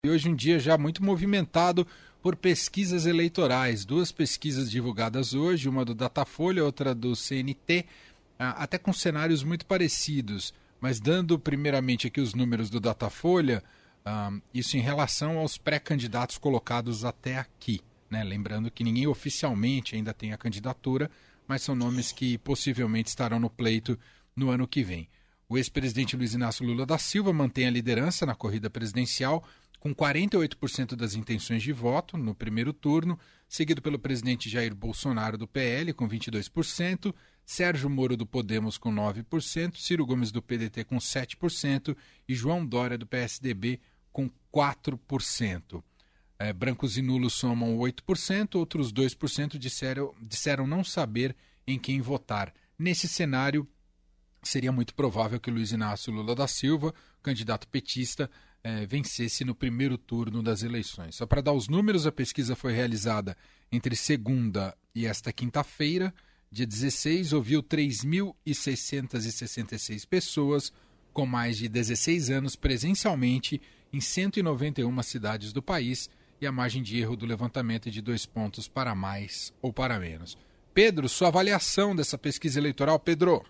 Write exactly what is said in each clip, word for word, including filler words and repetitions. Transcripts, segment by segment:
E hoje um dia já muito movimentado por pesquisas eleitorais. Duas pesquisas divulgadas hoje, uma do Datafolha, outra do C N T, até com cenários muito parecidos. Mas dando primeiramente aqui os números do Datafolha, um, isso em relação aos pré-candidatos colocados até aqui, né? Lembrando que ninguém oficialmente ainda tem a candidatura, mas são nomes que possivelmente estarão no pleito no ano que vem. O ex-presidente Luiz Inácio Lula da Silva mantém a liderança na corrida presidencial, com quarenta e oito por cento das intenções de voto no primeiro turno, seguido pelo presidente Jair Bolsonaro do P L, com vinte e dois por cento, Sérgio Moro do Podemos com nove por cento, Ciro Gomes do P D T com sete por cento e João Dória do P S D B com quatro por cento. É, brancos e nulos somam oito por cento, outros dois por cento disseram, disseram não saber em quem votar. Nesse cenário, seria muito provável que Luiz Inácio Lula da Silva, candidato petista, eh, vencesse no primeiro turno das eleições. Só para dar os números, a pesquisa foi realizada entre segunda e esta quinta-feira, dia dezesseis, ouviu três mil seiscentas e sessenta e seis pessoas com mais de dezesseis anos presencialmente em cento e noventa e uma cidades do país, e a margem de erro do levantamento é de dois pontos para mais ou para menos. Pedro, sua avaliação dessa pesquisa eleitoral, Pedro?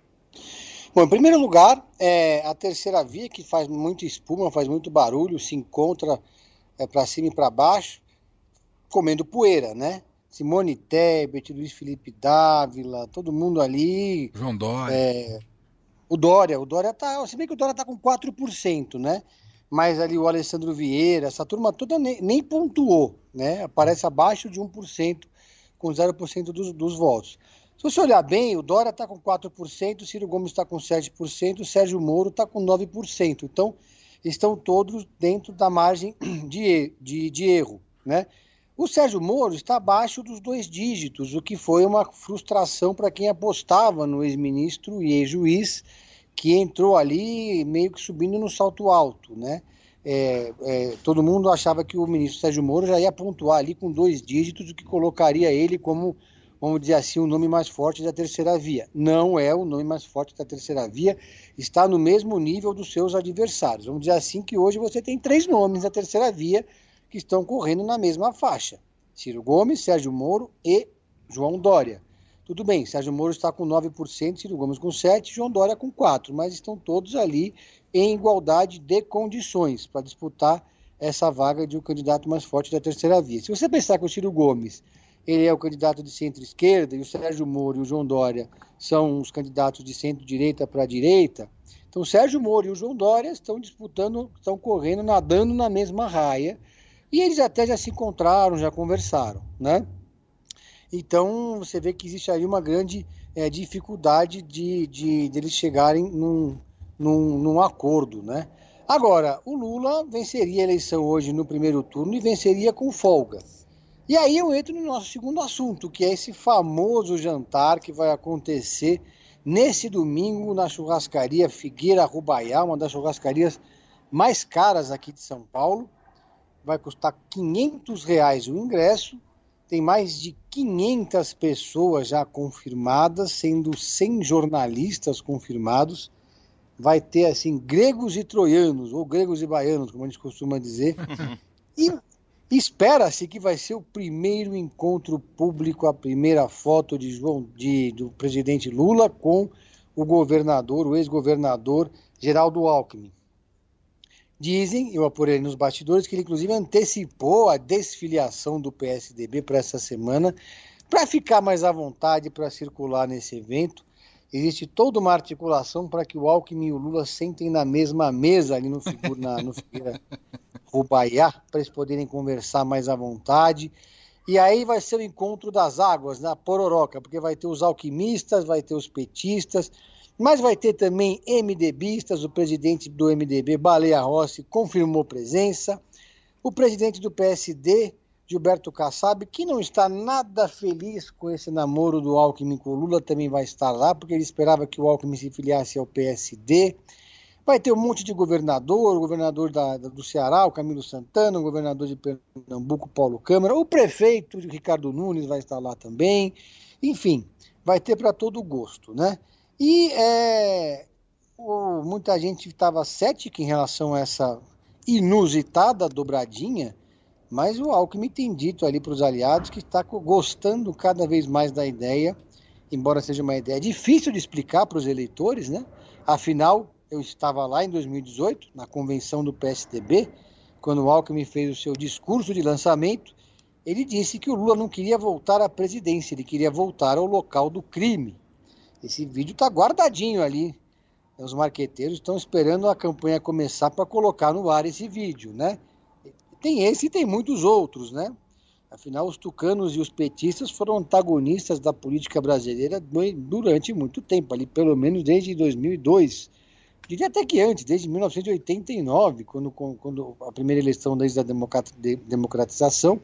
Bom, em primeiro lugar, é, a terceira via, que faz muito espuma, faz muito barulho, se encontra é, para cima e para baixo, comendo poeira, né? Simone Tebet, Luiz Felipe Dávila, todo mundo ali. João Dória. É, o Dória, o Dória tá, se bem que o Dória tá com quatro por cento, né? Mas ali o Alessandro Vieira, essa turma toda nem, nem pontuou, né? Aparece abaixo de um por cento, com zero por cento dos, dos votos. Se você olhar bem, o Dória está com quatro por cento, o Ciro Gomes está com sete por cento, o Sérgio Moro está com nove por cento. Então, estão todos dentro da margem de, de, de erro, né? O Sérgio Moro está abaixo dos dois dígitos, o que foi uma frustração para quem apostava no ex-ministro e ex-juiz, que entrou ali meio que subindo no salto alto, né? É, é, todo mundo achava que o ministro Sérgio Moro já ia pontuar ali com dois dígitos, o que colocaria ele como, vamos dizer assim, o nome mais forte da terceira via. Não é o nome mais forte da terceira via, está no mesmo nível dos seus adversários. Vamos dizer assim que hoje você tem três nomes da terceira via que estão correndo na mesma faixa. Ciro Gomes, Sérgio Moro e João Dória. Tudo bem, Sérgio Moro está com nove por cento, Ciro Gomes com sete por cento, João Dória com quatro por cento, mas estão todos ali em igualdade de condições para disputar essa vaga de o candidato mais forte da terceira via. Se você pensar que o Ciro Gomes ele é o candidato de centro-esquerda e o Sérgio Moro e o João Dória são os candidatos de centro-direita para a direita, então o Sérgio Moro e o João Dória estão disputando, estão correndo, nadando na mesma raia, e eles até já se encontraram, já conversaram, né? Então, você vê que existe aí uma grande é, dificuldade de, de, de eles chegarem num, num, num acordo, né? Agora, o Lula venceria a eleição hoje no primeiro turno e venceria com folga. E aí eu entro no nosso segundo assunto, que é esse famoso jantar que vai acontecer nesse domingo na churrascaria Figueira Rubaiá, uma das churrascarias mais caras aqui de São Paulo. Vai custar quinhentos reais o ingresso. Tem mais de quinhentas pessoas já confirmadas, sendo cem jornalistas confirmados. Vai ter, assim, gregos e troianos, ou gregos e baianos, como a gente costuma dizer. E espera-se que vai ser o primeiro encontro público, a primeira foto de João, de, do presidente Lula com o governador, o ex-governador Geraldo Alckmin. Dizem, eu apurei nos bastidores, que ele inclusive antecipou a desfiliação do P S D B para essa semana, para ficar mais à vontade para circular nesse evento. Existe toda uma articulação para que o Alckmin e o Lula sentem na mesma mesa ali no, na, no Figueira Rubaiá, para eles poderem conversar mais à vontade. E aí vai ser o encontro das águas, na Pororoca, porque vai ter os alquimistas, vai ter os petistas, mas vai ter também MDBistas. O presidente do M D B, Baleia Rossi, confirmou presença. O presidente do P S D, Gilberto Kassab, que não está nada feliz com esse namoro do Alckmin com o Lula, também vai estar lá, porque ele esperava que o Alckmin se filiasse ao P S D. Vai ter um monte de governador, o governador da, do Ceará, o Camilo Santana, o governador de Pernambuco, Paulo Câmara, o prefeito, Ricardo Nunes, vai estar lá também. Enfim, vai ter para todo gosto, né? E é, o, muita gente estava cética em relação a essa inusitada dobradinha, mas o Alckmin tem dito ali para os aliados que está gostando cada vez mais da ideia, embora seja uma ideia difícil de explicar para os eleitores, né? Afinal, eu estava lá em dois mil e dezoito, na convenção do P S D B, quando o Alckmin fez o seu discurso de lançamento. Ele disse que o Lula não queria voltar à presidência, ele queria voltar ao local do crime. Esse vídeo está guardadinho ali. Os marqueteiros estão esperando a campanha começar para colocar no ar esse vídeo, né? Tem esse e tem muitos outros, né? Afinal, os tucanos e os petistas foram antagonistas da política brasileira durante muito tempo, ali pelo menos desde dois mil e dois. Diria até que antes, desde mil novecentos e oitenta e nove, quando, quando a primeira eleição desde a democratização,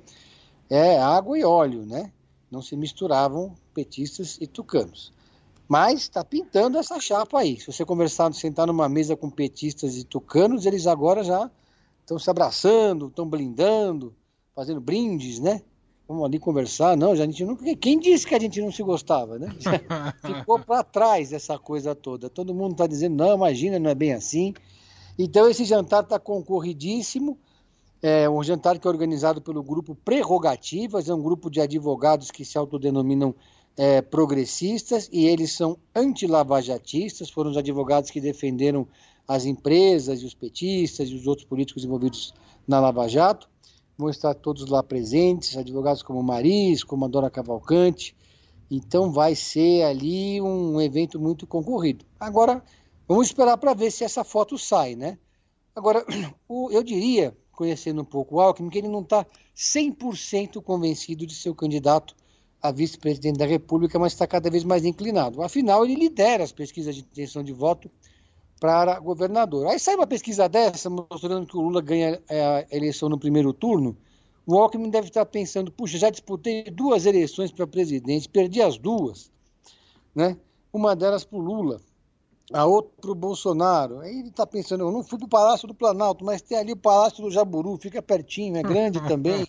é água e óleo, né? Não se misturavam petistas e tucanos. Mas está pintando essa chapa aí. Se você conversar, sentar numa mesa com petistas e tucanos, eles agora já estão se abraçando, estão blindando, fazendo brindes, né? Vamos ali conversar. Não, já a gente não... Quem disse que a gente não se gostava, né? Ficou para trás essa coisa toda. Todo mundo está dizendo, não, imagina, não é bem assim. Então esse jantar está concorridíssimo. É um jantar que é organizado pelo grupo Prerrogativas, é um grupo de advogados que se autodenominam é, progressistas, e eles são antilavajatistas, foram os advogados que defenderam as empresas e os petistas e os outros políticos envolvidos na Lava Jato. Vão estar todos lá presentes, advogados como Maris, como a Dora Cavalcante. Então vai ser ali um evento muito concorrido. Agora, vamos esperar para ver se essa foto sai, né? Agora, eu diria, conhecendo um pouco o Alckmin, que ele não está cem por cento convencido de ser o candidato a vice-presidente da República, mas está cada vez mais inclinado. Afinal, ele lidera as pesquisas de intenção de voto para governador. Aí sai uma pesquisa dessa, mostrando que o Lula ganha a eleição no primeiro turno, o Alckmin deve estar pensando, puxa, já disputei duas eleições para presidente, perdi as duas, né? Uma delas para o Lula, a outra para o Bolsonaro. Aí ele está pensando, eu não fui para o Palácio do Planalto, mas tem ali o Palácio do Jaburu, fica pertinho, é grande também.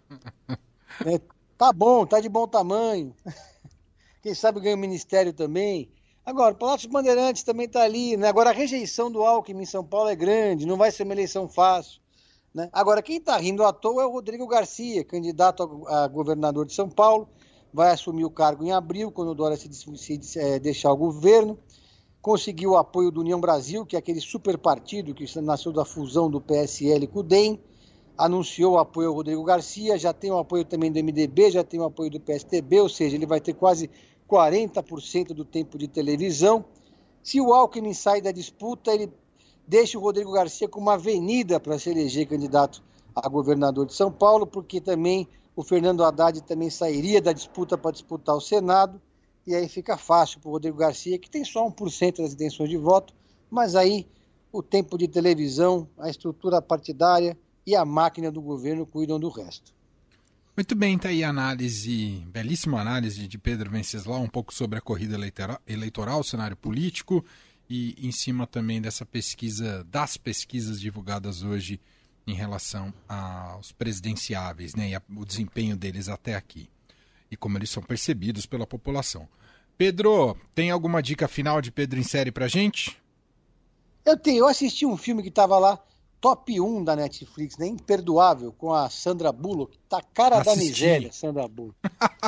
É, tá bom, tá de bom tamanho. Quem sabe ganha o ministério também. Agora, o Palácio dos Bandeirantes também está ali, né? Agora, a rejeição do Alckmin em São Paulo é grande, não vai ser uma eleição fácil, né? Agora, quem está rindo à toa é o Rodrigo Garcia, candidato a, a governador de São Paulo, vai assumir o cargo em abril, quando o Dória se, se é, deixar o governo. Conseguiu o apoio do União Brasil, que é aquele super partido que nasceu da fusão do P S L com o D E M, anunciou o apoio ao Rodrigo Garcia, já tem o apoio também do M D B, já tem o apoio do P S D B, ou seja, ele vai ter quase quarenta por cento do tempo de televisão. Se o Alckmin sai da disputa, ele deixa o Rodrigo Garcia com uma avenida para se eleger candidato a governador de São Paulo, porque também o Fernando Haddad também sairia da disputa para disputar o Senado, e aí fica fácil para o Rodrigo Garcia, que tem só um por cento das intenções de voto, mas aí o tempo de televisão, a estrutura partidária e a máquina do governo cuidam do resto. Muito bem, tá aí a análise, belíssima análise de Pedro Venceslau, um pouco sobre a corrida eleitoral, eleitoral, o cenário político, e em cima também dessa pesquisa, das pesquisas divulgadas hoje em relação aos presidenciáveis, né, e a, o desempenho deles até aqui, e como eles são percebidos pela população. Pedro, tem alguma dica final de Pedro em série pra gente? Eu tenho, eu assisti um filme que estava lá, top um da Netflix, né? Imperdoável, com a Sandra Bullock, tá cara Assisti. da miséria, Sandra Bullock.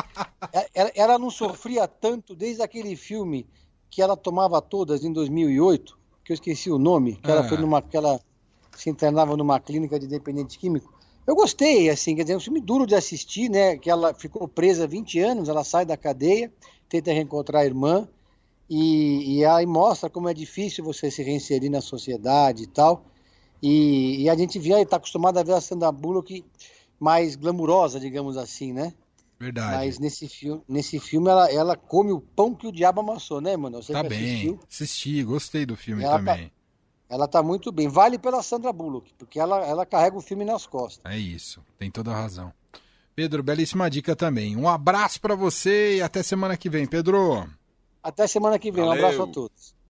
ela, ela não sofria tanto desde aquele filme que ela tomava todas em dois mil e oito, que eu esqueci o nome, que ela, ah. foi numa, que ela se internava numa clínica de dependente químico. Eu gostei, assim, quer dizer, é um filme duro de assistir, né? Que ela ficou presa há vinte anos, ela sai da cadeia, tenta reencontrar a irmã, e, e aí mostra como é difícil você se reinserir na sociedade e tal. E, e a gente via, está acostumado a ver a Sandra Bullock mais glamurosa, digamos assim, né? Verdade. Mas nesse filme, nesse filme ela, ela come o pão que o diabo amassou, né, mano? Você tá que bem, assistiu, assisti, gostei do filme ela também. Tá, ela tá muito bem. Vale pela Sandra Bullock, porque ela, ela carrega o filme nas costas. É isso, tem toda a razão. Pedro, belíssima dica também. Um abraço para você e até semana que vem, Pedro. Até semana que vem, Valeu. Um abraço a todos.